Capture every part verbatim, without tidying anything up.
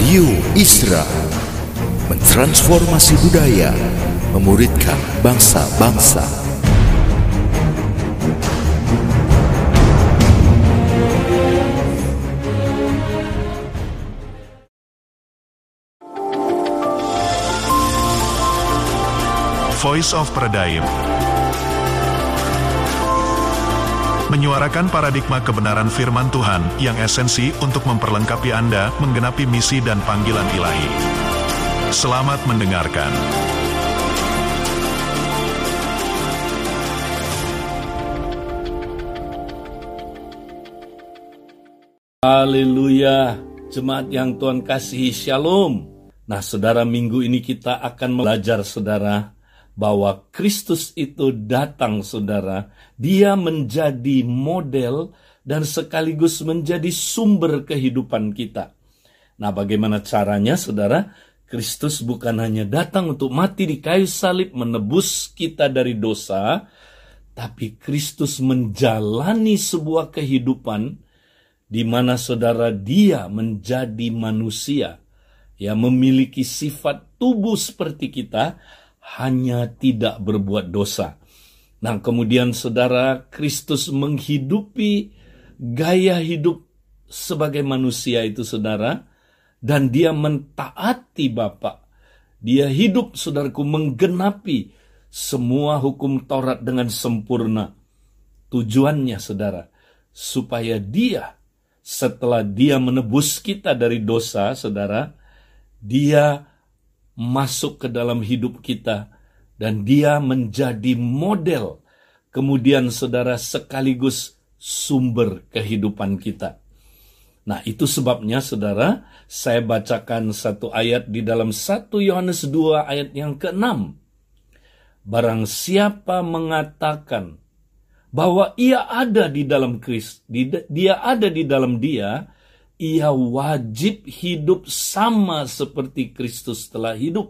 Radio Isra mentransformasi budaya, memuridkan bangsa-bangsa. Voice of Pradaim menyuarakan paradigma kebenaran firman Tuhan yang esensi untuk memperlengkapi Anda menggenapi misi dan panggilan ilahi. Selamat mendengarkan. Haleluya, jemaat yang Tuhan kasihi, shalom. Nah, saudara, minggu ini kita akan belajar, saudara, bahwa Kristus itu datang, saudara. Dia menjadi model dan sekaligus menjadi sumber kehidupan kita. Nah, bagaimana caranya, saudara? Kristus bukan hanya datang untuk mati di kayu salib menebus kita dari dosa, tapi Kristus menjalani sebuah kehidupan di mana, saudara, dia menjadi manusia yang memiliki sifat tubuh seperti kita, hanya tidak berbuat dosa. Nah, kemudian, saudara, Kristus menghidupi gaya hidup sebagai manusia itu, saudara, dan dia mentaati Bapa. Dia hidup, saudaraku, menggenapi semua hukum Taurat dengan sempurna. Tujuannya, saudara, supaya dia, setelah dia menebus kita dari dosa, saudara, dia masuk ke dalam hidup kita, dan dia menjadi model, kemudian, saudara, sekaligus sumber kehidupan kita. Nah, itu sebabnya, saudara, saya bacakan satu ayat di dalam satu Yohanes dua ayat yang keenam. Barang siapa mengatakan bahwa ia ada di dalam Kristus, dia ada di dalam dia, ia wajib hidup sama seperti Kristus telah hidup.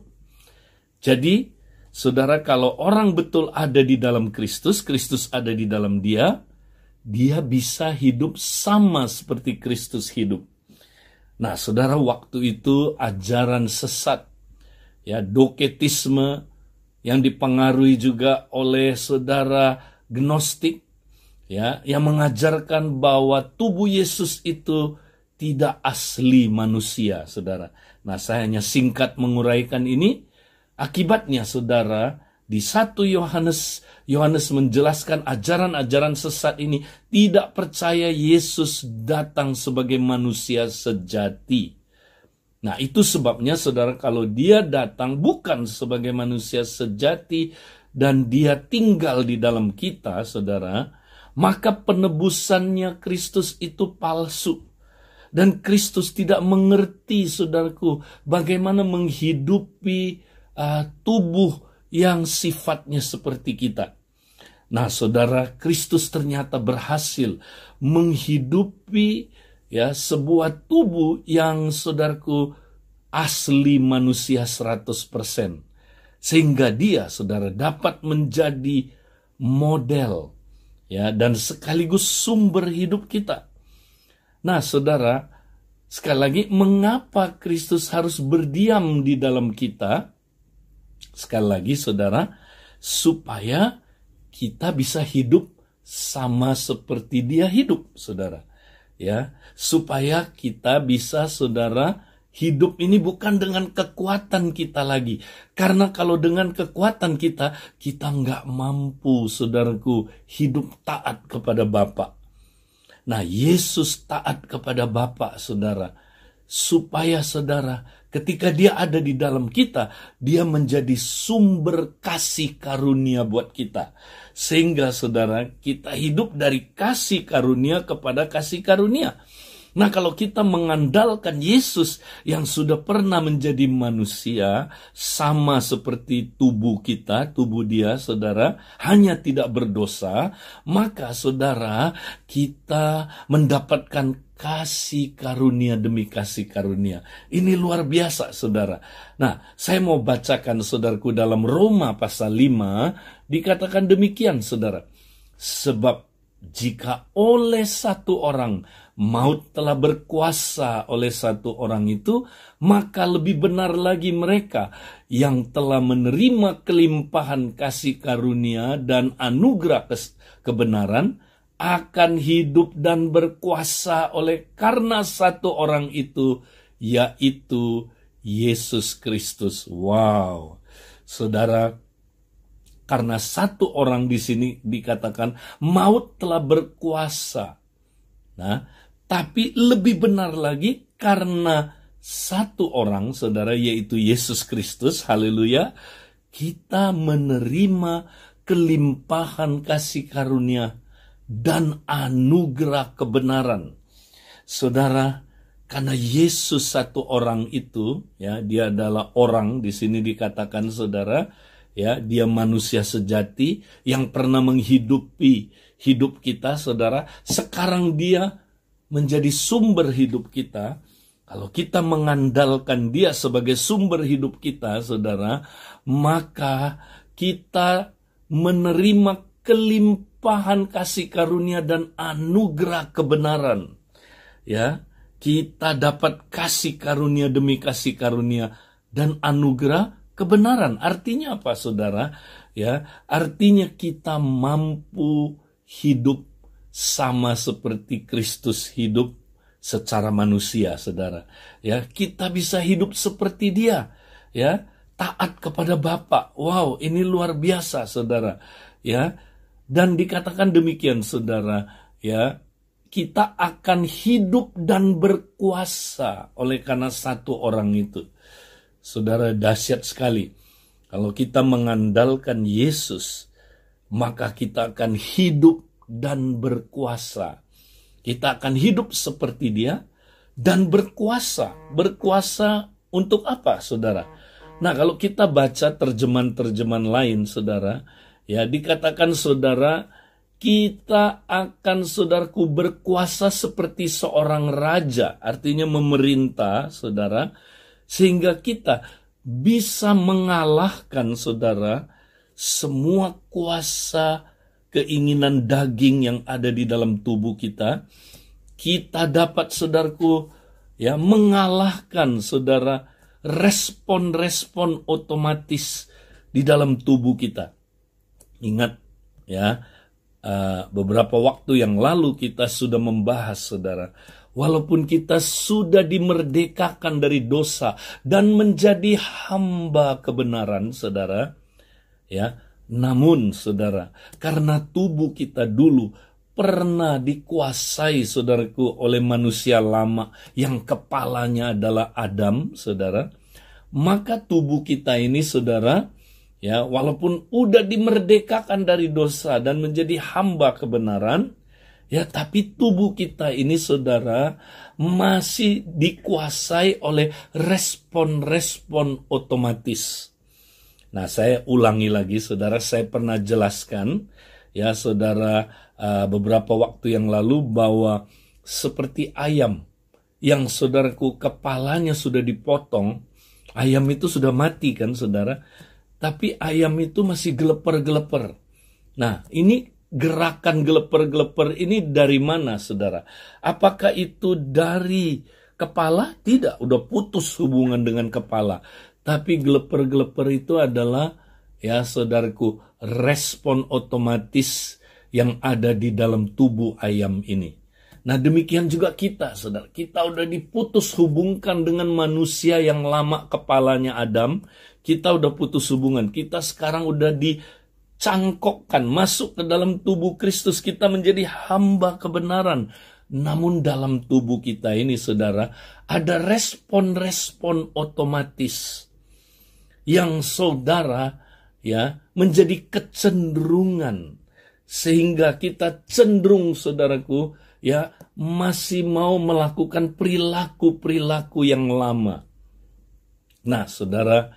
Jadi, saudara, kalau orang betul ada di dalam Kristus, Kristus ada di dalam dia, dia bisa hidup sama seperti Kristus hidup. Nah, saudara, waktu itu ajaran sesat, ya, doketisme yang dipengaruhi juga oleh saudara Gnostik, ya, yang mengajarkan bahwa tubuh Yesus itu tidak asli manusia, saudara. Nah, saya hanya singkat menguraikan ini. Akibatnya, saudara, di satu Yohanes, Yohanes menjelaskan ajaran-ajaran sesat ini tidak percaya Yesus datang sebagai manusia sejati. Nah, itu sebabnya, saudara, kalau dia datang bukan sebagai manusia sejati dan dia tinggal di dalam kita, saudara, maka penebusannya Kristus itu palsu. Dan Kristus tidak mengerti, saudaraku, bagaimana menghidupi uh, tubuh yang sifatnya seperti kita. Nah, saudara, Kristus ternyata berhasil menghidupi, ya, sebuah tubuh yang, saudaraku, asli manusia seratus persen. Sehingga dia, saudara, dapat menjadi model, ya, dan sekaligus sumber hidup kita. Nah, saudara, sekali lagi, mengapa Kristus harus berdiam di dalam kita? Sekali lagi, saudara, supaya kita bisa hidup sama seperti dia hidup, saudara. Ya, supaya kita bisa, saudara, hidup ini bukan dengan kekuatan kita lagi. Karena kalau dengan kekuatan kita, kita nggak mampu, saudaraku, hidup taat kepada Bapa. Nah, Yesus taat kepada Bapa, saudara, supaya, saudara, ketika dia ada di dalam kita, dia menjadi sumber kasih karunia buat kita. Sehingga, saudara, kita hidup dari kasih karunia kepada kasih karunia. Nah, kalau kita mengandalkan Yesus yang sudah pernah menjadi manusia, sama seperti tubuh kita, tubuh dia, saudara, hanya tidak berdosa, maka, saudara, kita mendapatkan kasih karunia demi kasih karunia. Ini luar biasa, saudara. Nah, saya mau bacakan, saudaraku, dalam Roma pasal lima, dikatakan demikian, saudara. Sebab jika oleh satu orang maut telah berkuasa oleh satu orang itu, maka lebih benar lagi mereka yang telah menerima kelimpahan kasih karunia dan anugerah kebenaran akan hidup dan berkuasa oleh karena satu orang itu, yaitu Yesus Kristus. Wow, saudara, karena satu orang di sini dikatakan maut telah berkuasa. Nah, tapi lebih benar lagi karena satu orang, saudara, yaitu Yesus Kristus, haleluya, kita menerima kelimpahan kasih karunia dan anugerah kebenaran. Saudara, karena Yesus satu orang itu, ya, dia adalah orang, di sini dikatakan, saudara, ya, dia manusia sejati yang pernah menghidupi hidup kita, saudara. Sekarang dia menjadi sumber hidup kita. Kalau kita mengandalkan dia sebagai sumber hidup kita, saudara, maka kita menerima kelimpahan kasih karunia dan anugerah kebenaran. Ya, kita dapat kasih karunia demi kasih karunia dan anugerah kebenaran. Artinya apa, saudara? Ya, artinya kita mampu hidup sama seperti Kristus hidup secara manusia, saudara. Ya, kita bisa hidup seperti dia. Ya, taat kepada Bapa. Wow, ini luar biasa, saudara. Ya, dan dikatakan demikian, saudara. Ya, kita akan hidup dan berkuasa oleh karena satu orang itu. Saudara, dahsyat sekali. Kalau kita mengandalkan Yesus, maka kita akan hidup dan berkuasa. Kita akan hidup seperti dia dan berkuasa. Berkuasa untuk apa, saudara? Nah, kalau kita baca terjemahan-terjemahan lain, saudara, ya, dikatakan, saudara, kita akan, saudaraku, berkuasa seperti seorang raja. Artinya memerintah, saudara, sehingga kita bisa mengalahkan, saudara, semua kuasa keinginan daging yang ada di dalam tubuh kita. Kita dapat, saudaraku, ya, mengalahkan, saudara, respon-respon otomatis di dalam tubuh kita. Ingat, ya, uh, beberapa waktu yang lalu kita sudah membahas, saudara, walaupun kita sudah dimerdekakan dari dosa dan menjadi hamba kebenaran, saudara, ya, namun, saudara, karena tubuh kita dulu pernah dikuasai, saudaraku, oleh manusia lama yang kepalanya adalah Adam, saudara, maka tubuh kita ini, saudara, ya, walaupun udah dimerdekakan dari dosa dan menjadi hamba kebenaran, ya, tapi tubuh kita ini, saudara, masih dikuasai oleh respon-respon otomatis. Nah, saya ulangi lagi, saudara, saya pernah jelaskan, ya, saudara, uh, beberapa waktu yang lalu bahwa seperti ayam yang, saudaraku, kepalanya sudah dipotong, ayam itu sudah mati kan, saudara, tapi ayam itu masih geleper-geleper. Nah, ini gerakan geleper-geleper ini dari mana, saudara? Apakah itu dari kepala? Tidak, udah putus hubungan dengan kepala. Tapi geleper-geleper itu adalah, ya, saudaraku, respon otomatis yang ada di dalam tubuh ayam ini. Nah, demikian juga kita, saudara. Kita udah diputus hubungkan dengan manusia yang lama kepalanya Adam. Kita udah putus hubungan. Kita sekarang udah dicangkokkan, masuk ke dalam tubuh Kristus. Kita menjadi hamba kebenaran. Namun dalam tubuh kita ini, saudara, ada respon-respon otomatis yang, saudara, ya, menjadi kecenderungan, sehingga kita cenderung, saudaraku, ya, masih mau melakukan perilaku-perilaku yang lama. Nah, saudara,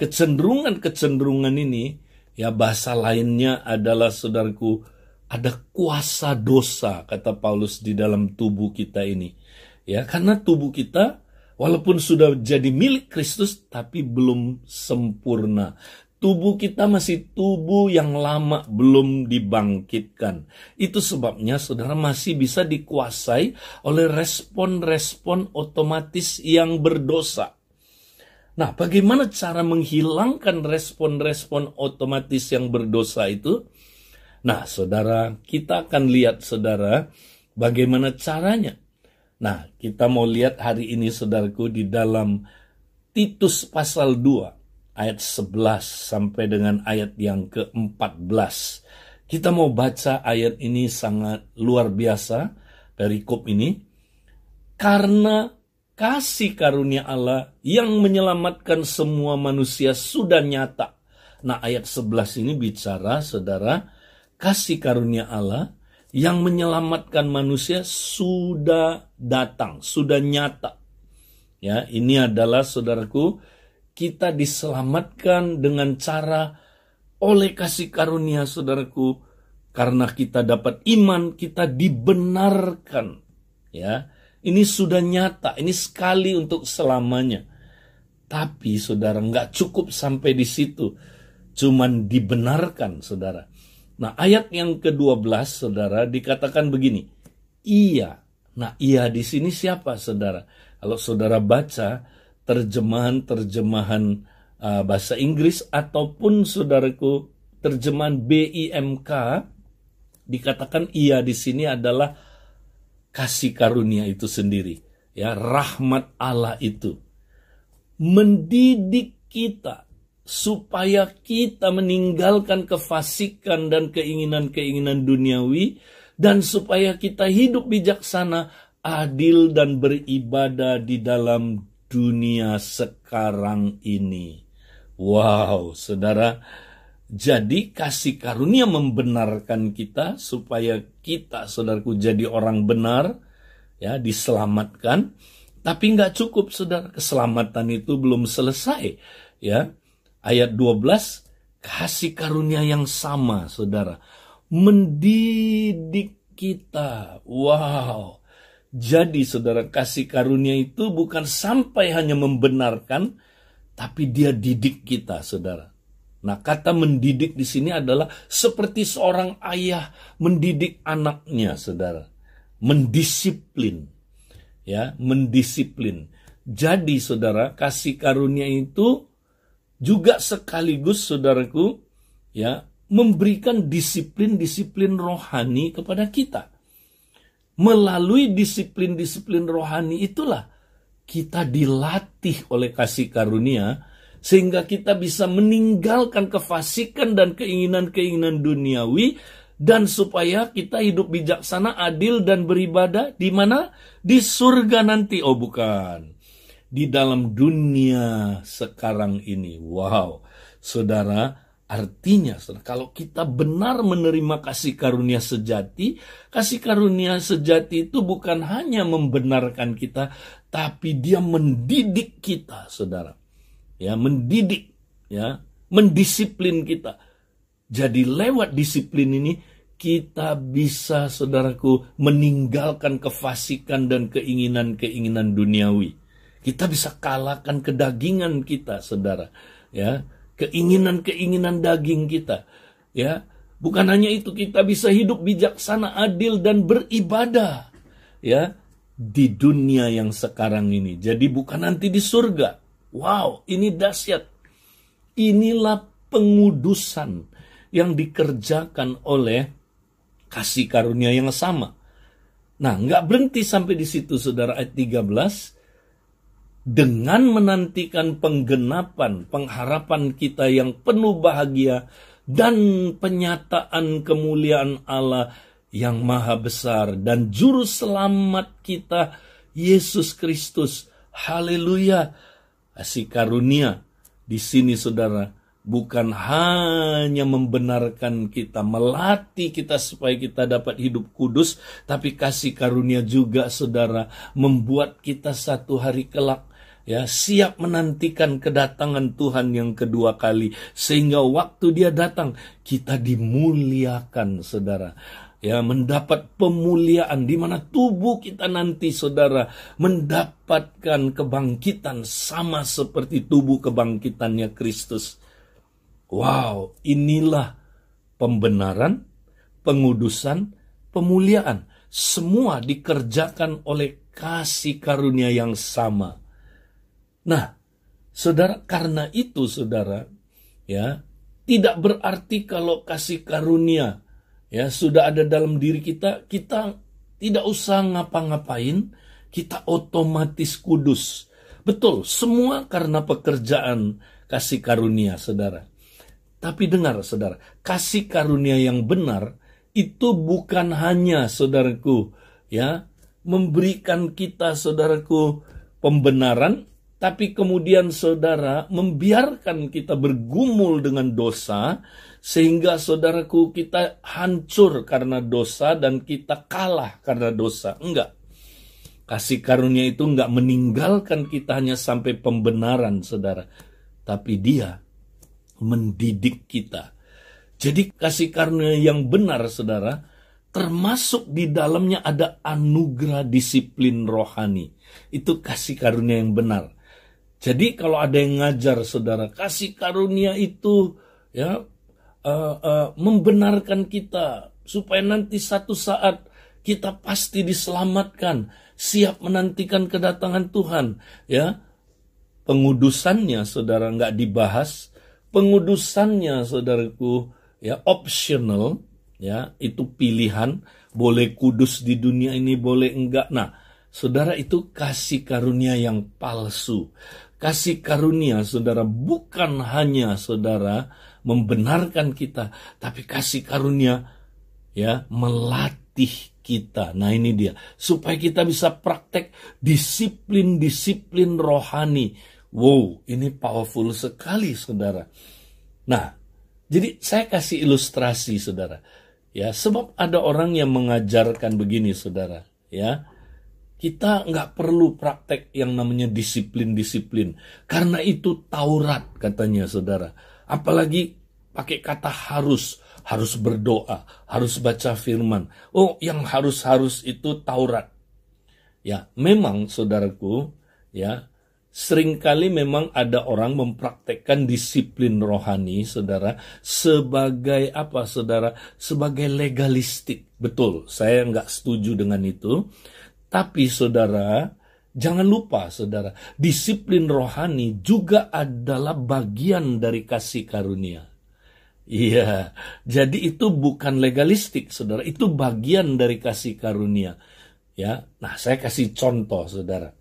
kecenderungan-kecenderungan ini, ya, bahasa lainnya adalah, saudaraku, ada kuasa dosa, kata Paulus, di dalam tubuh kita ini. Ya, karena tubuh kita walaupun sudah jadi milik Kristus, tapi belum sempurna. Tubuh kita masih tubuh yang lama, belum dibangkitkan. Itu sebabnya saudara masih bisa dikuasai oleh respon-respon otomatis yang berdosa. Nah, bagaimana cara menghilangkan respon-respon otomatis yang berdosa itu? Nah, saudara, kita akan lihat, saudara, bagaimana caranya. Nah, kita mau lihat hari ini, saudaraku, di dalam Titus pasal dua. Ayat sebelas sampai dengan ayat yang keempat belas. Kita mau baca ayat ini sangat luar biasa dari perikop ini. Karena kasih karunia Allah yang menyelamatkan semua manusia sudah nyata. Nah, ayat sebelas ini bicara, saudara, kasih karunia Allah yang menyelamatkan manusia sudah datang, sudah nyata. Ya, ini adalah, saudaraku, kita diselamatkan dengan cara oleh kasih karunia, saudaraku, karena kita dapat iman, kita dibenarkan. Ya, ini sudah nyata, ini sekali untuk selamanya. Tapi, saudara, nggak cukup sampai di situ, cuman dibenarkan, saudara. Nah, ayat yang kedua belas, saudara, dikatakan begini, iya. Nah, iya di sini siapa, saudara? Kalau saudara baca terjemahan-terjemahan uh, bahasa Inggris ataupun, saudaraku, terjemahan B I M K, dikatakan ia di sini adalah kasih karunia itu sendiri, ya, rahmat Allah itu mendidik kita supaya kita meninggalkan kefasikan dan keinginan-keinginan duniawi, dan supaya kita hidup bijaksana, adil, dan beribadah di dalam dunia sekarang ini. Wow, saudara. Jadi kasih karunia membenarkan kita supaya kita, saudaraku, jadi orang benar, ya, diselamatkan. Tapi nggak cukup, saudara. Keselamatan itu belum selesai, ya. Ayat dua belas, kasih karunia yang sama, saudara, mendidik kita. Wow. Jadi, saudara, kasih karunia itu bukan sampai hanya membenarkan, tapi dia didik kita, saudara. Nah, kata mendidik di sini adalah seperti seorang ayah mendidik anaknya, saudara. Mendisiplin. Ya, mendisiplin. Jadi, saudara, kasih karunia itu juga sekaligus, saudaraku, ya, memberikan disiplin-disiplin rohani kepada kita. Melalui disiplin-disiplin rohani itulah kita dilatih oleh kasih karunia, sehingga kita bisa meninggalkan kefasikan dan keinginan-keinginan duniawi, dan supaya kita hidup bijaksana, adil, dan beribadah di mana? Di surga nanti. Oh, bukan. Di dalam dunia sekarang ini. Wow, saudara. Artinya, kalau kita benar menerima kasih karunia sejati, kasih karunia sejati itu bukan hanya membenarkan kita, tapi dia mendidik kita, saudara. Ya, mendidik, ya, mendisiplin kita. Jadi lewat disiplin ini, kita bisa, saudaraku, meninggalkan kefasikan dan keinginan-keinginan duniawi. Kita bisa kalahkan kedagingan kita, saudara. Ya, keinginan-keinginan daging kita, ya. Bukan hanya itu, kita bisa hidup bijaksana, adil, dan beribadah, ya, di dunia yang sekarang ini. Jadi bukan nanti di surga. Wow, ini dahsyat. Inilah pengudusan yang dikerjakan oleh kasih karunia yang sama. Nah, nggak berhenti sampai di situ, saudara. Ayat tiga belas, dengan menantikan penggenapan pengharapan kita yang penuh bahagia dan penyataan kemuliaan Allah yang maha besar dan juru selamat kita, Yesus Kristus. Haleluya. Kasih karunia di sini, saudara, bukan hanya membenarkan kita, melatih kita supaya kita dapat hidup kudus, tapi kasih karunia juga, saudara, membuat kita satu hari kelak, ya, siap menantikan kedatangan Tuhan yang kedua kali, sehingga waktu dia datang kita dimuliakan, saudara, ya, mendapat pemuliaan di mana tubuh kita nanti, saudara, mendapatkan kebangkitan sama seperti tubuh kebangkitannya Kristus. Wow, inilah pembenaran, pengudusan, pemuliaan. Semua dikerjakan oleh kasih karunia yang sama. Nah, saudara, karena itu saudara, ya, tidak berarti kalau kasih karunia ya sudah ada dalam diri kita, kita tidak usah ngapa-ngapain, kita otomatis kudus. Betul, semua karena pekerjaan kasih karunia, saudara. Tapi dengar, saudara, kasih karunia yang benar itu bukan hanya, saudaraku, ya, memberikan kita, saudaraku, pembenaran, tapi kemudian saudara membiarkan kita bergumul dengan dosa, sehingga saudaraku kita hancur karena dosa dan kita kalah karena dosa. Enggak. Kasih karunia itu enggak meninggalkan kita hanya sampai pembenaran, saudara. Tapi dia mendidik kita. Jadi kasih karunia yang benar, saudara, termasuk di dalamnya ada anugerah disiplin rohani. Itu kasih karunia yang benar. Jadi kalau ada yang ngajar, saudara, kasih karunia itu ya uh, uh, membenarkan kita supaya nanti satu saat kita pasti diselamatkan, siap menantikan kedatangan Tuhan. Ya, pengudusannya, saudara, nggak dibahas. Pengudusannya, saudaraku, ya optional, ya itu pilihan, boleh kudus di dunia ini, boleh enggak. Nah, saudara, itu kasih karunia yang palsu. Kasih karunia, saudara, bukan hanya, saudara, membenarkan kita, tapi kasih karunia ya melatih kita. Nah, ini dia, supaya kita bisa praktek disiplin-disiplin rohani. Wow, ini powerful sekali, saudara. Nah, jadi saya kasih ilustrasi, saudara. Ya, sebab ada orang yang mengajarkan begini, saudara. Ya, kita nggak perlu praktek yang namanya disiplin-disiplin. Karena itu Taurat, katanya, saudara. Apalagi pakai kata harus. Harus berdoa, harus baca firman. Oh, yang harus-harus itu Taurat. Ya, memang, saudaraku, ya, seringkali memang ada orang mempraktekkan disiplin rohani, saudara, sebagai apa, saudara? Sebagai legalistik. Betul, saya nggak setuju dengan itu. Tapi, saudara, jangan lupa, saudara, disiplin rohani juga adalah bagian dari kasih karunia. Iya, jadi itu bukan legalistik, saudara. Itu bagian dari kasih karunia. Ya, nah saya kasih contoh, saudara.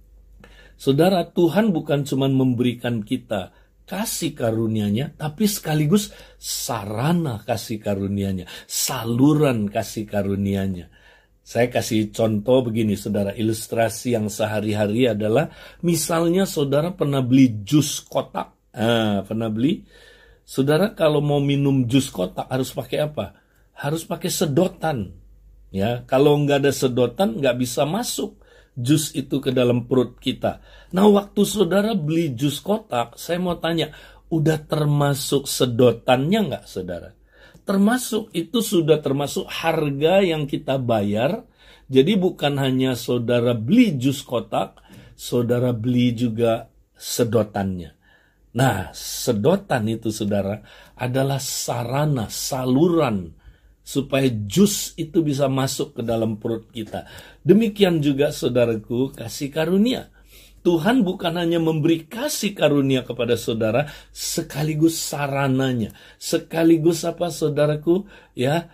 Saudara, Tuhan bukan cuma memberikan kita kasih karunia-Nya, tapi sekaligus sarana kasih karunia-Nya, saluran kasih karunia-Nya. Saya kasih contoh begini, saudara, ilustrasi yang sehari-hari adalah, misalnya saudara pernah beli jus kotak. Ah, pernah beli? Saudara, kalau mau minum jus kotak harus pakai apa? Harus pakai sedotan. Ya, kalau nggak ada sedotan nggak bisa masuk jus itu ke dalam perut kita. Nah, waktu saudara beli jus kotak, saya mau tanya, udah termasuk sedotannya nggak, saudara? Termasuk, itu sudah termasuk harga yang kita bayar. Jadi bukan hanya saudara beli jus kotak, saudara beli juga sedotannya. Nah, sedotan itu, saudara, adalah sarana, saluran, supaya jus itu bisa masuk ke dalam perut kita. Demikian juga, saudaraku, kasih karunia. Tuhan bukan hanya memberi kasih karunia kepada saudara, sekaligus sarananya. Sekaligus apa, saudaraku? Ya,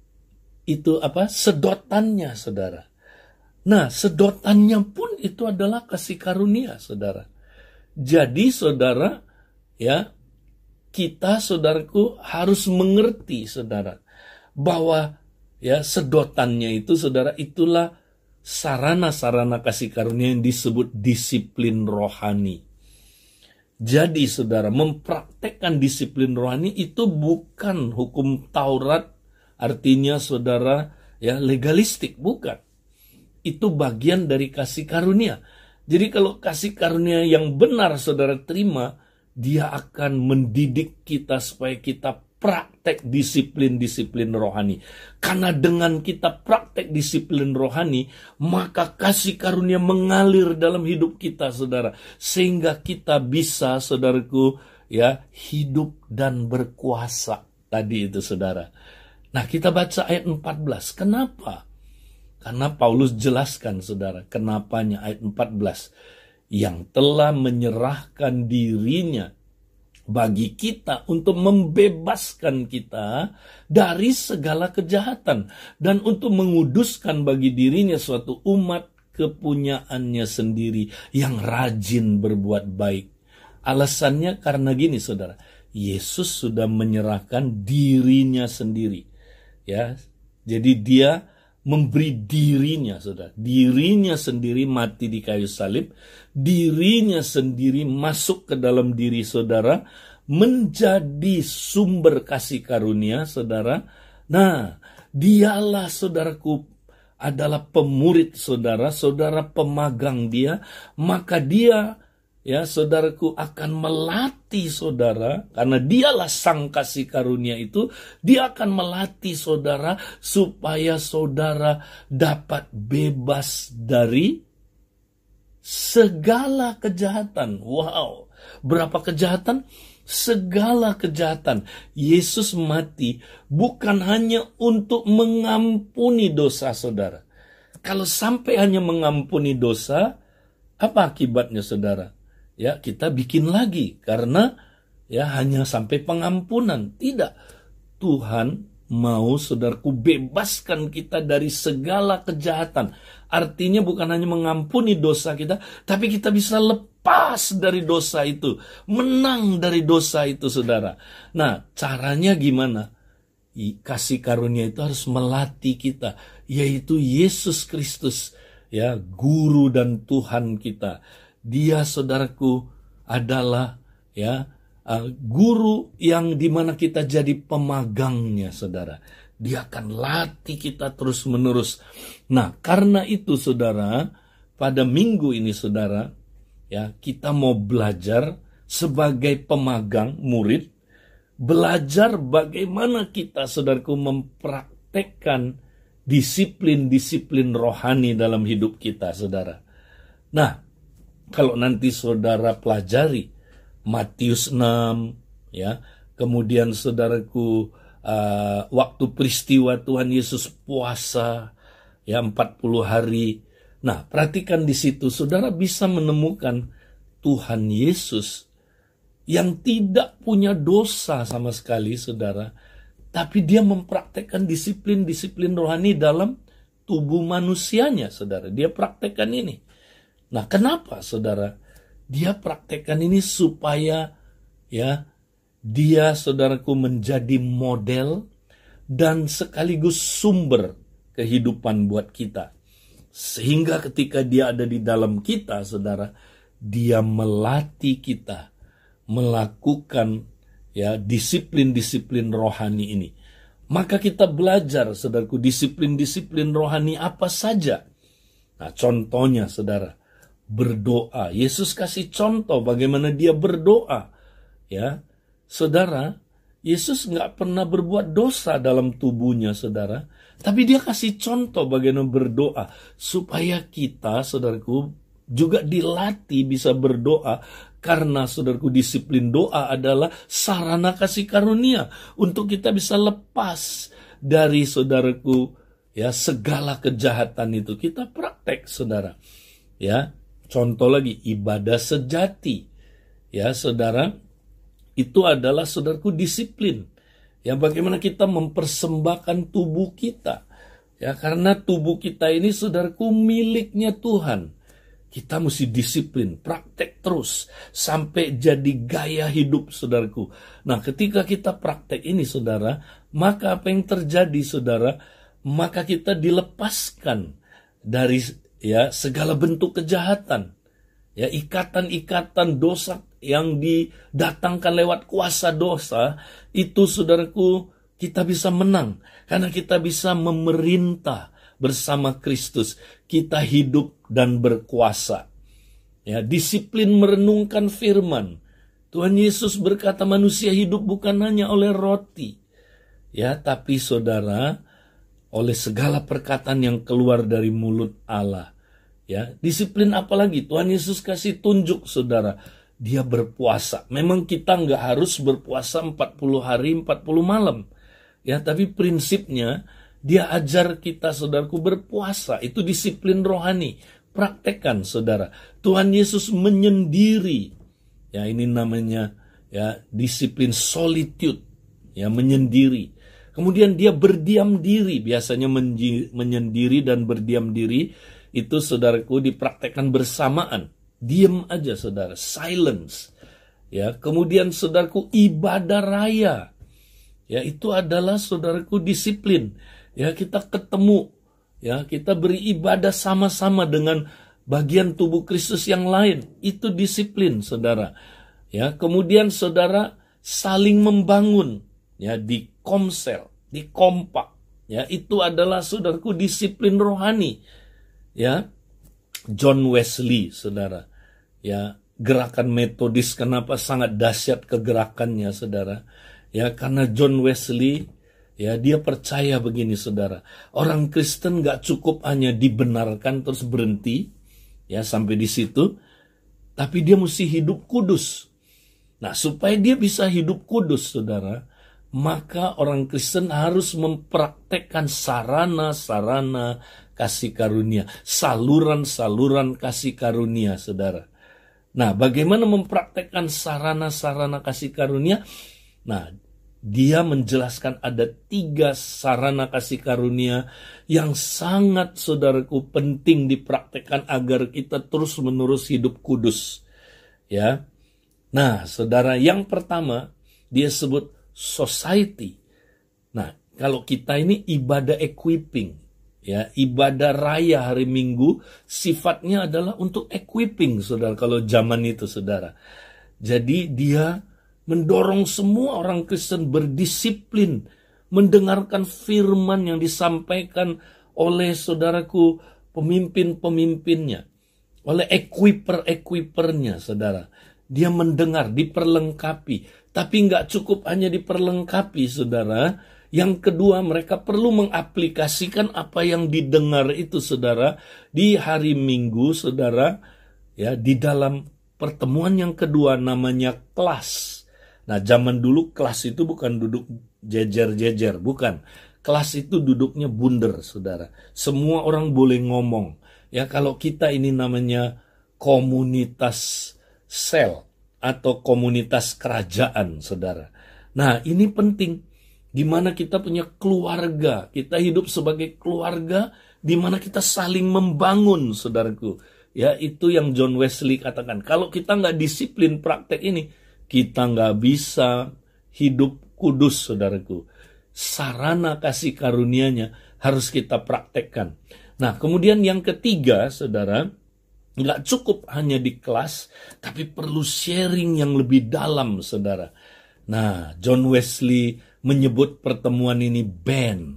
itu apa? Sedotannya, saudara. Nah, sedotannya pun itu adalah kasih karunia, saudara. Jadi, saudara, ya, kita, saudaraku, harus mengerti, saudara, bahwa ya sedotannya itu, saudara, itulah sarana-sarana kasih karunia yang disebut disiplin rohani. Jadi, saudara, mempraktekkan disiplin rohani itu bukan hukum Taurat, artinya, saudara, ya legalistik, bukan. Itu bagian dari kasih karunia. Jadi kalau kasih karunia yang benar saudara terima, dia akan mendidik kita supaya kita praktek disiplin-disiplin rohani. Karena dengan kita praktek disiplin rohani, maka kasih karunia mengalir dalam hidup kita, saudara. Sehingga kita bisa, saudaraku, ya hidup dan berkuasa tadi itu saudara. Nah kita baca ayat empat belas. Kenapa? Karena Paulus jelaskan saudara, kenapanya ayat empat belas. Yang telah menyerahkan dirinya bagi kita untuk membebaskan kita dari segala kejahatan dan untuk menguduskan bagi dirinya suatu umat kepunyaannya sendiri yang rajin berbuat baik. Alasannya karena gini saudara, Yesus sudah menyerahkan dirinya sendiri. Ya, jadi dia memberi dirinya, saudara. Dirinya sendiri mati di kayu salib. Dirinya sendiri masuk ke dalam diri saudara. Menjadi sumber kasih karunia, saudara. Nah, dialah saudaraku adalah pemurid saudara. Saudara pemagang dia. Maka dia, ya saudaraku, akan melatih saudara, karena dialah sang kasih karunia itu, dia akan melatih saudara supaya saudara dapat bebas dari segala kejahatan. Wow, berapa kejahatan? Segala kejahatan. Yesus mati bukan hanya untuk mengampuni dosa saudara. Kalau sampai hanya mengampuni dosa, apa akibatnya saudara? Ya, kita bikin lagi karena ya hanya sampai pengampunan. Tidak. Tuhan mau saudaraku bebaskan kita dari segala kejahatan. Artinya bukan hanya mengampuni dosa kita, tapi kita bisa lepas dari dosa itu, menang dari dosa itu saudara. Nah, caranya gimana? Kasih karunia itu harus melatih kita, yaitu Yesus Kristus, ya, guru dan Tuhan kita. Dia saudaraku adalah ya uh, guru yang dimana kita jadi pemagangnya saudara. Dia akan latih kita terus menerus. Nah karena itu saudara, pada minggu ini saudara, ya kita mau belajar sebagai pemagang murid, belajar bagaimana kita saudaraku mempraktekkan disiplin-disiplin rohani dalam hidup kita saudara. Nah kalau nanti saudara pelajari Matius enam, ya, kemudian saudaraku uh, waktu peristiwa Tuhan Yesus puasa, ya empat puluh hari. Nah, perhatikan di situ saudara bisa menemukan Tuhan Yesus yang tidak punya dosa sama sekali saudara, tapi dia mempraktekkan disiplin-disiplin rohani dalam tubuh manusianya saudara. Dia praktekkan ini. Nah, kenapa saudara? Dia praktekkan ini supaya ya dia saudaraku menjadi model dan sekaligus sumber kehidupan buat kita. Sehingga ketika dia ada di dalam kita, saudara, dia melatih kita melakukan ya disiplin-disiplin rohani ini. Maka kita belajar, saudaraku, disiplin-disiplin rohani apa saja. Nah, contohnya, saudara, berdoa. Yesus kasih contoh bagaimana dia berdoa. Ya, saudara, Yesus nggak pernah berbuat dosa dalam tubuhnya, saudara. Tapi dia kasih contoh bagaimana berdoa. Supaya kita, saudaraku, juga dilatih bisa berdoa. Karena, saudaraku, disiplin doa adalah sarana kasih karunia. Untuk kita bisa lepas dari, saudaraku, ya segala kejahatan itu. Kita praktek, saudara. Ya. Contoh lagi, ibadah sejati. Ya, saudara, itu adalah, saudaraku, disiplin. Ya, bagaimana kita mempersembahkan tubuh kita. Ya, karena tubuh kita ini, saudaraku, miliknya Tuhan. Kita mesti disiplin, praktek terus, sampai jadi gaya hidup, saudaraku. Nah, ketika kita praktek ini, saudara, maka apa yang terjadi, saudara? Maka kita dilepaskan dari ya segala bentuk kejahatan, ya ikatan-ikatan dosa yang didatangkan lewat kuasa dosa itu, saudaraku, kita bisa menang karena kita bisa memerintah bersama Kristus. Kita hidup dan berkuasa. Ya, disiplin merenungkan firman. Tuhan Yesus berkata manusia hidup bukan hanya oleh roti, ya, tapi saudara, oleh segala perkataan yang keluar dari mulut Allah. Ya, disiplin apa lagi? Tuhan Yesus kasih tunjuk, saudara. dia berpuasa. Memang kita nggak harus berpuasa empat puluh hari, empat puluh malam. Ya, tapi prinsipnya dia ajar kita, saudaraku, berpuasa. Itu disiplin rohani. Praktekkan, saudara. Tuhan Yesus menyendiri. Ya, ini namanya ya disiplin solitude. Ya, menyendiri. Kemudian dia berdiam diri. Biasanya menyendiri dan berdiam diri itu, saudaraku, dipraktekkan bersamaan. Diam aja, saudara. Silence. Ya, kemudian, saudaraku, ibadah raya. Ya, itu adalah, saudaraku, disiplin. Ya, kita ketemu. Ya, kita beribadah sama-sama dengan bagian tubuh Kristus yang lain. Itu disiplin, saudara. Ya, kemudian, saudara, saling membangun. Ya, di komsel, di kompak. Ya, itu adalah, saudaraku, disiplin rohani. Ya, John Wesley, saudara. Ya, gerakan metodis, kenapa sangat dahsyat kegerakannya, saudara? Ya, karena John Wesley, ya, dia percaya begini, saudara. Orang Kristen gak cukup hanya dibenarkan terus berhenti, ya, sampai di situ, tapi dia mesti hidup kudus. Nah, supaya dia bisa hidup kudus, saudara, maka orang Kristen harus mempraktekkan sarana-sarana kasih karunia, saluran-saluran kasih karunia, saudara. Nah, bagaimana mempraktekkan sarana-sarana kasih karunia? Nah, dia menjelaskan ada tiga sarana kasih karunia yang sangat, saudaraku, penting dipraktekkan agar kita terus-menerus hidup kudus. Ya. Nah, saudara, yang pertama dia sebut society. Nah, kalau kita ini ibadah equipping. Ya, ibadah raya hari Minggu sifatnya adalah untuk equipping, saudara, kalau zaman itu, saudara. Jadi dia mendorong semua orang Kristen berdisiplin, mendengarkan firman yang disampaikan oleh, saudaraku, pemimpin-pemimpinnya, oleh equiper-equipernya, saudara. Dia mendengar, diperlengkapi. Tapi nggak cukup hanya diperlengkapi, saudara. Yang kedua, mereka perlu mengaplikasikan apa yang didengar itu, saudara, di hari Minggu, saudara, ya, di dalam pertemuan yang kedua, namanya kelas. Nah, zaman dulu kelas itu bukan duduk jejer-jejer, bukan. Kelas itu duduknya bundar, saudara. Semua orang boleh ngomong. Ya, kalau kita ini namanya komunitas sel atau komunitas kerajaan, saudara. Nah, ini penting. Di mana kita punya keluarga, kita hidup sebagai keluarga, di mana kita saling membangun, saudaraku. Ya, itu yang John Wesley katakan. Kalau kita nggak disiplin praktek ini, kita nggak bisa hidup kudus, saudaraku. Sarana kasih karunia-Nya harus kita praktekkan. Nah, kemudian yang ketiga, saudara, nggak cukup hanya di kelas, tapi perlu sharing yang lebih dalam, saudara. Nah, John Wesley menyebut pertemuan ini band.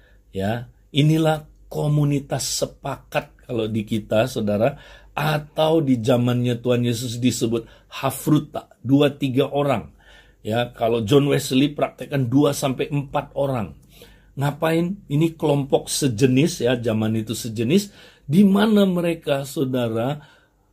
Ya, inilah komunitas sepakat kalau di kita, saudara, atau di zamannya Tuhan Yesus disebut hafruta, dua tiga orang. Ya, kalau John Wesley praktekkan dua sampai empat orang. Ngapain? Ini kelompok sejenis, ya, zaman itu sejenis, di mana mereka, saudara,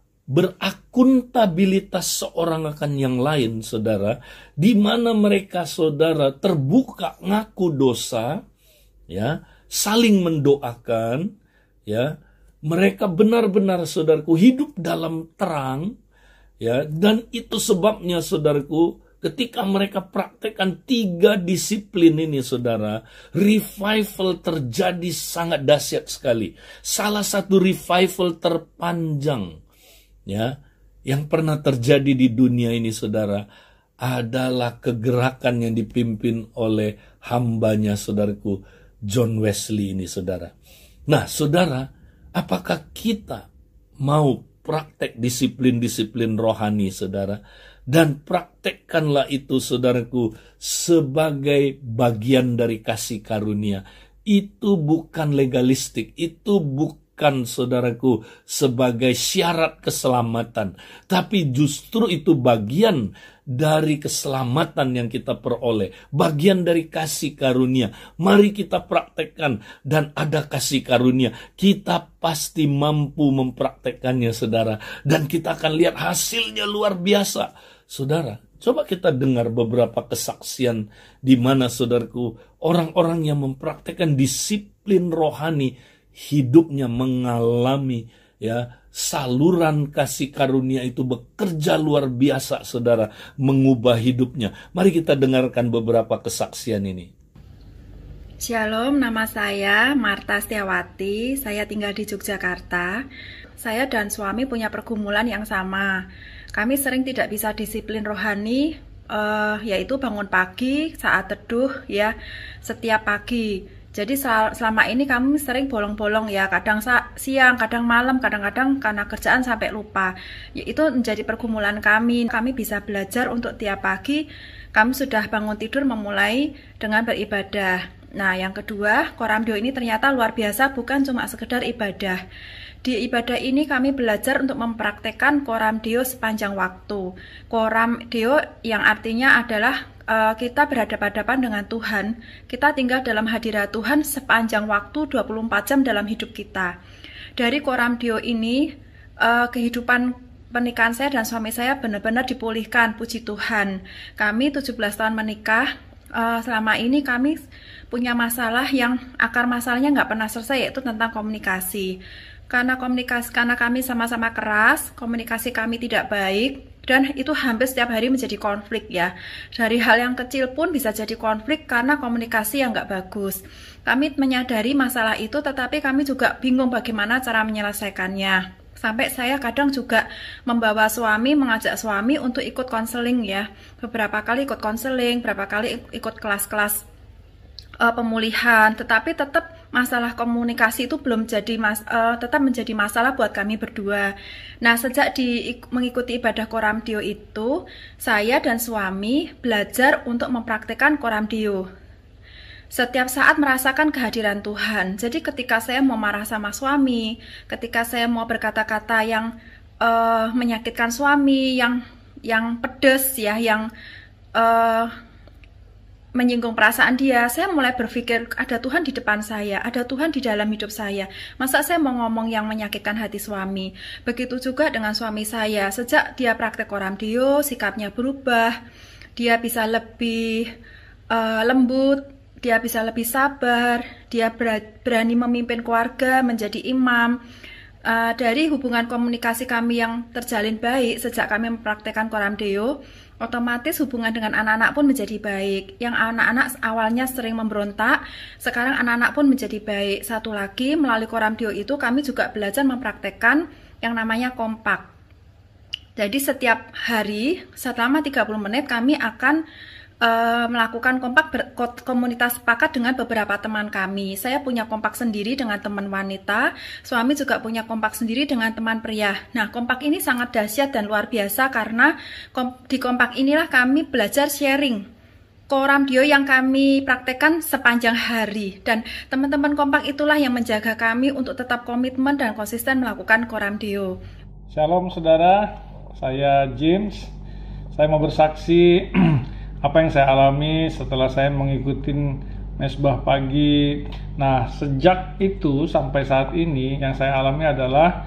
berakuntabilitas seorang akan yang lain, saudara, di mana mereka, saudara, terbuka ngaku dosa, ya, saling mendoakan, ya, mereka benar-benar, saudaraku, hidup dalam terang, ya, dan itu sebabnya, saudaraku, ketika mereka praktekkan tiga disiplin ini, saudara, revival terjadi sangat dahsyat sekali. Salah satu revival terpanjang, ya, yang pernah terjadi di dunia ini, saudara, adalah kegerakan yang dipimpin oleh hambanya, saudaraku, John Wesley ini, saudara. Nah, saudara, apakah kita mau praktek disiplin-disiplin rohani, saudara? Dan praktekkanlah itu, saudaraku, sebagai bagian dari kasih karunia. Itu bukan legalistik, itu bukan bukan, saudaraku, sebagai syarat keselamatan, tapi justru itu bagian dari keselamatan yang kita peroleh, bagian dari kasih karunia. Mari kita praktekkan, dan ada kasih karunia, kita pasti mampu mempraktekkannya, saudara, dan kita akan lihat hasilnya luar biasa. Saudara, coba kita dengar beberapa kesaksian di mana, saudaraku, orang-orang yang mempraktekkan disiplin rohani, hidupnya mengalami ya saluran kasih karunia itu bekerja luar biasa, saudara, mengubah hidupnya. Mari kita dengarkan beberapa kesaksian ini. Shalom, nama saya Marta Setiawati, saya tinggal di Yogyakarta. Saya dan suami punya pergumulan yang sama. Kami sering tidak bisa disiplin rohani, uh, yaitu bangun pagi saat teduh ya, setiap pagi. Jadi selama ini kami sering bolong-bolong ya, kadang siang, kadang malam, kadang-kadang karena kerjaan sampai lupa. Itu menjadi pergumulan kami. Kami bisa belajar untuk tiap pagi kami sudah bangun tidur memulai dengan beribadah. Nah, yang kedua, Koramdeo ini ternyata luar biasa, bukan cuma sekedar ibadah. Di ibadah ini kami belajar untuk mempraktekkan Koramdeo sepanjang waktu. Koramdeo yang artinya adalah uh, kita berhadapan-hadapan dengan Tuhan. Kita tinggal dalam hadirat Tuhan sepanjang waktu dua puluh empat jam dalam hidup kita. Dari Koramdeo ini, uh, kehidupan pernikahan saya dan suami saya benar-benar dipulihkan, puji Tuhan. Kami tujuh belas tahun menikah, uh, selama ini kami punya masalah yang akar masalahnya nggak pernah selesai, yaitu tentang komunikasi. Karena komunikasi, karena kami sama-sama keras, komunikasi kami tidak baik, dan itu hampir setiap hari menjadi konflik ya. Dari hal yang kecil pun bisa jadi konflik karena komunikasi yang nggak bagus. Kami menyadari masalah itu, tetapi kami juga bingung bagaimana cara menyelesaikannya. Sampai saya kadang juga membawa suami, mengajak suami untuk ikut konseling ya. Beberapa kali ikut konseling, beberapa kali ikut kelas-kelas uh, pemulihan, tetapi tetap masalah komunikasi itu belum jadi mas, uh, tetap menjadi masalah buat kami berdua. Nah, sejak di, mengikuti ibadah Koramdeo itu, saya dan suami belajar untuk mempraktikkan Koramdeo. Setiap saat merasakan kehadiran Tuhan. Jadi ketika saya mau marah sama suami, ketika saya mau berkata-kata yang uh, menyakitkan suami, yang yang pedes ya, yang uh, menyinggung perasaan dia, saya mulai berpikir ada Tuhan di depan saya, ada Tuhan di dalam hidup saya. Masa saya mau ngomong yang menyakitkan hati suami? Begitu juga dengan suami saya. Sejak dia praktek Koramdeo, sikapnya berubah. Dia bisa lebih uh, lembut, dia bisa lebih sabar, dia berani memimpin keluarga, menjadi imam. Uh, dari hubungan komunikasi kami yang terjalin baik sejak kami mempraktekkan Koramdeo, otomatis hubungan dengan anak-anak pun menjadi baik. Yang anak-anak awalnya sering memberontak, sekarang anak-anak pun menjadi baik. Satu lagi, melalui Koramdeo itu kami juga belajar mempraktekkan yang namanya kompak. Jadi setiap hari selama tiga puluh menit kami akan Uh, melakukan kompak ber- komunitas sepakat dengan beberapa teman kami. Saya punya kompak sendiri dengan teman wanita, suami juga punya kompak sendiri dengan teman pria. Nah, kompak ini sangat dahsyat dan luar biasa karena kom- di kompak inilah kami belajar sharing Koramdeo yang kami praktekkan sepanjang hari. Dan teman-teman kompak itulah yang menjaga kami untuk tetap komitmen dan konsisten melakukan Koramdeo. Shalom saudara, saya James. Saya mau bersaksi apa yang saya alami setelah saya mengikuti mesbah pagi. Nah, sejak itu sampai saat ini yang saya alami adalah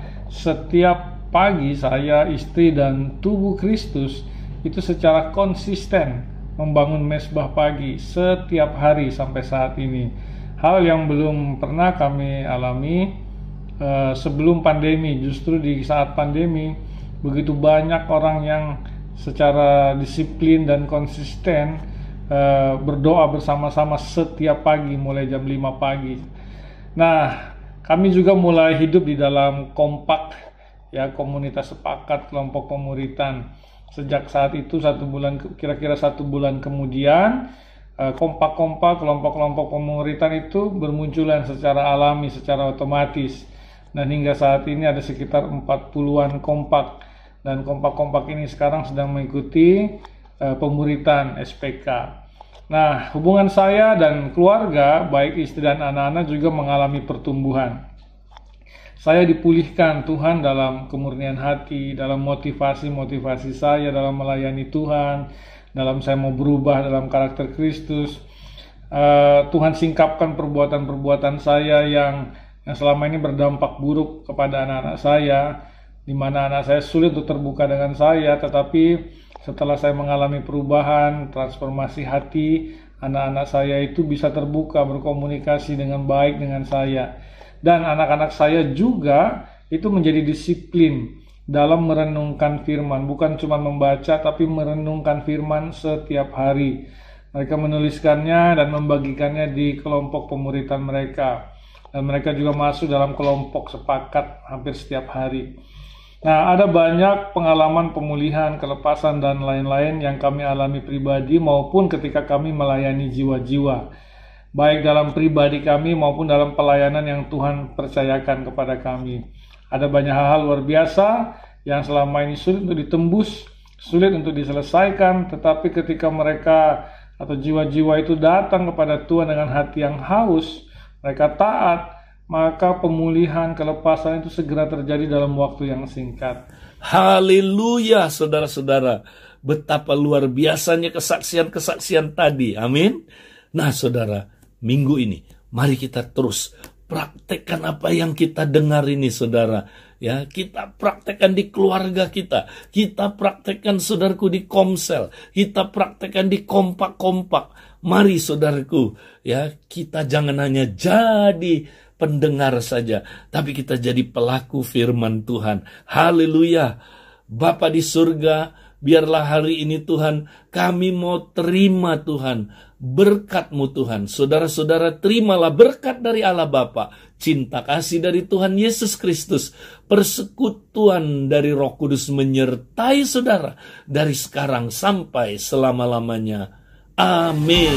setiap pagi saya, istri, dan tubuh Kristus itu secara konsisten membangun mesbah pagi setiap hari sampai saat ini. Hal yang belum pernah kami alami uh, sebelum pandemi. Justru di saat pandemi begitu banyak orang yang secara disiplin dan konsisten uh, berdoa bersama-sama setiap pagi mulai jam lima pagi. Nah, kami juga mulai hidup di dalam kompak ya, komunitas sepakat kelompok pemuritan. Sejak saat itu satu bulan kira-kira satu bulan kemudian uh, kompak-kompak kelompok-kelompok pemuritan itu bermunculan secara alami, secara otomatis. Dan hingga saat ini ada sekitar empat puluhan kompak. Dan kompak-kompak ini sekarang sedang mengikuti uh, pemuritan S P K. Nah, hubungan saya dan keluarga, baik istri dan anak-anak juga mengalami pertumbuhan. saya dipulihkan Tuhan dalam kemurnian hati, dalam motivasi-motivasi saya dalam melayani Tuhan, dalam saya mau berubah dalam karakter Kristus. Uh, Tuhan singkapkan perbuatan-perbuatan saya yang yang selama ini berdampak buruk kepada anak-anak saya, di mana anak saya sulit untuk terbuka dengan saya, tetapi setelah saya mengalami perubahan, transformasi hati, anak-anak saya itu bisa terbuka, berkomunikasi dengan baik dengan saya. Dan anak-anak saya juga itu menjadi disiplin dalam merenungkan firman. Bukan cuma membaca, tapi merenungkan firman setiap hari. Mereka menuliskannya dan membagikannya di kelompok pemuritan mereka. Dan mereka juga masuk dalam kelompok sepakat hampir setiap hari. Nah, ada banyak pengalaman pemulihan, kelepasan, dan lain-lain yang kami alami pribadi maupun ketika kami melayani jiwa-jiwa. Baik dalam pribadi kami maupun dalam pelayanan yang Tuhan percayakan kepada kami. Ada banyak hal-hal luar biasa yang selama ini sulit untuk ditembus, sulit untuk diselesaikan, tetapi ketika mereka atau jiwa-jiwa itu datang kepada Tuhan dengan hati yang haus, mereka taat, maka pemulihan, kelepasan itu segera terjadi dalam waktu yang singkat. Haleluya, saudara-saudara. Betapa luar biasanya kesaksian-kesaksian tadi. Amin. Nah, saudara, minggu ini mari kita terus praktekkan apa yang kita dengar ini, saudara. Ya, kita praktekkan di keluarga kita. Kita praktekkan, saudaraku, di komsel. Kita praktekkan di kompak-kompak. Mari, saudaraku, ya, kita jangan hanya jadi pendengar saja, tapi kita jadi pelaku firman Tuhan. Haleluya. Bapa di surga, biarlah hari ini Tuhan, kami mau terima Tuhan, berkat-Mu Tuhan. Saudara-saudara, terimalah berkat dari Allah Bapa, cinta kasih dari Tuhan Yesus Kristus, persekutuan dari Roh Kudus menyertai saudara, dari sekarang sampai selama-lamanya. Amin.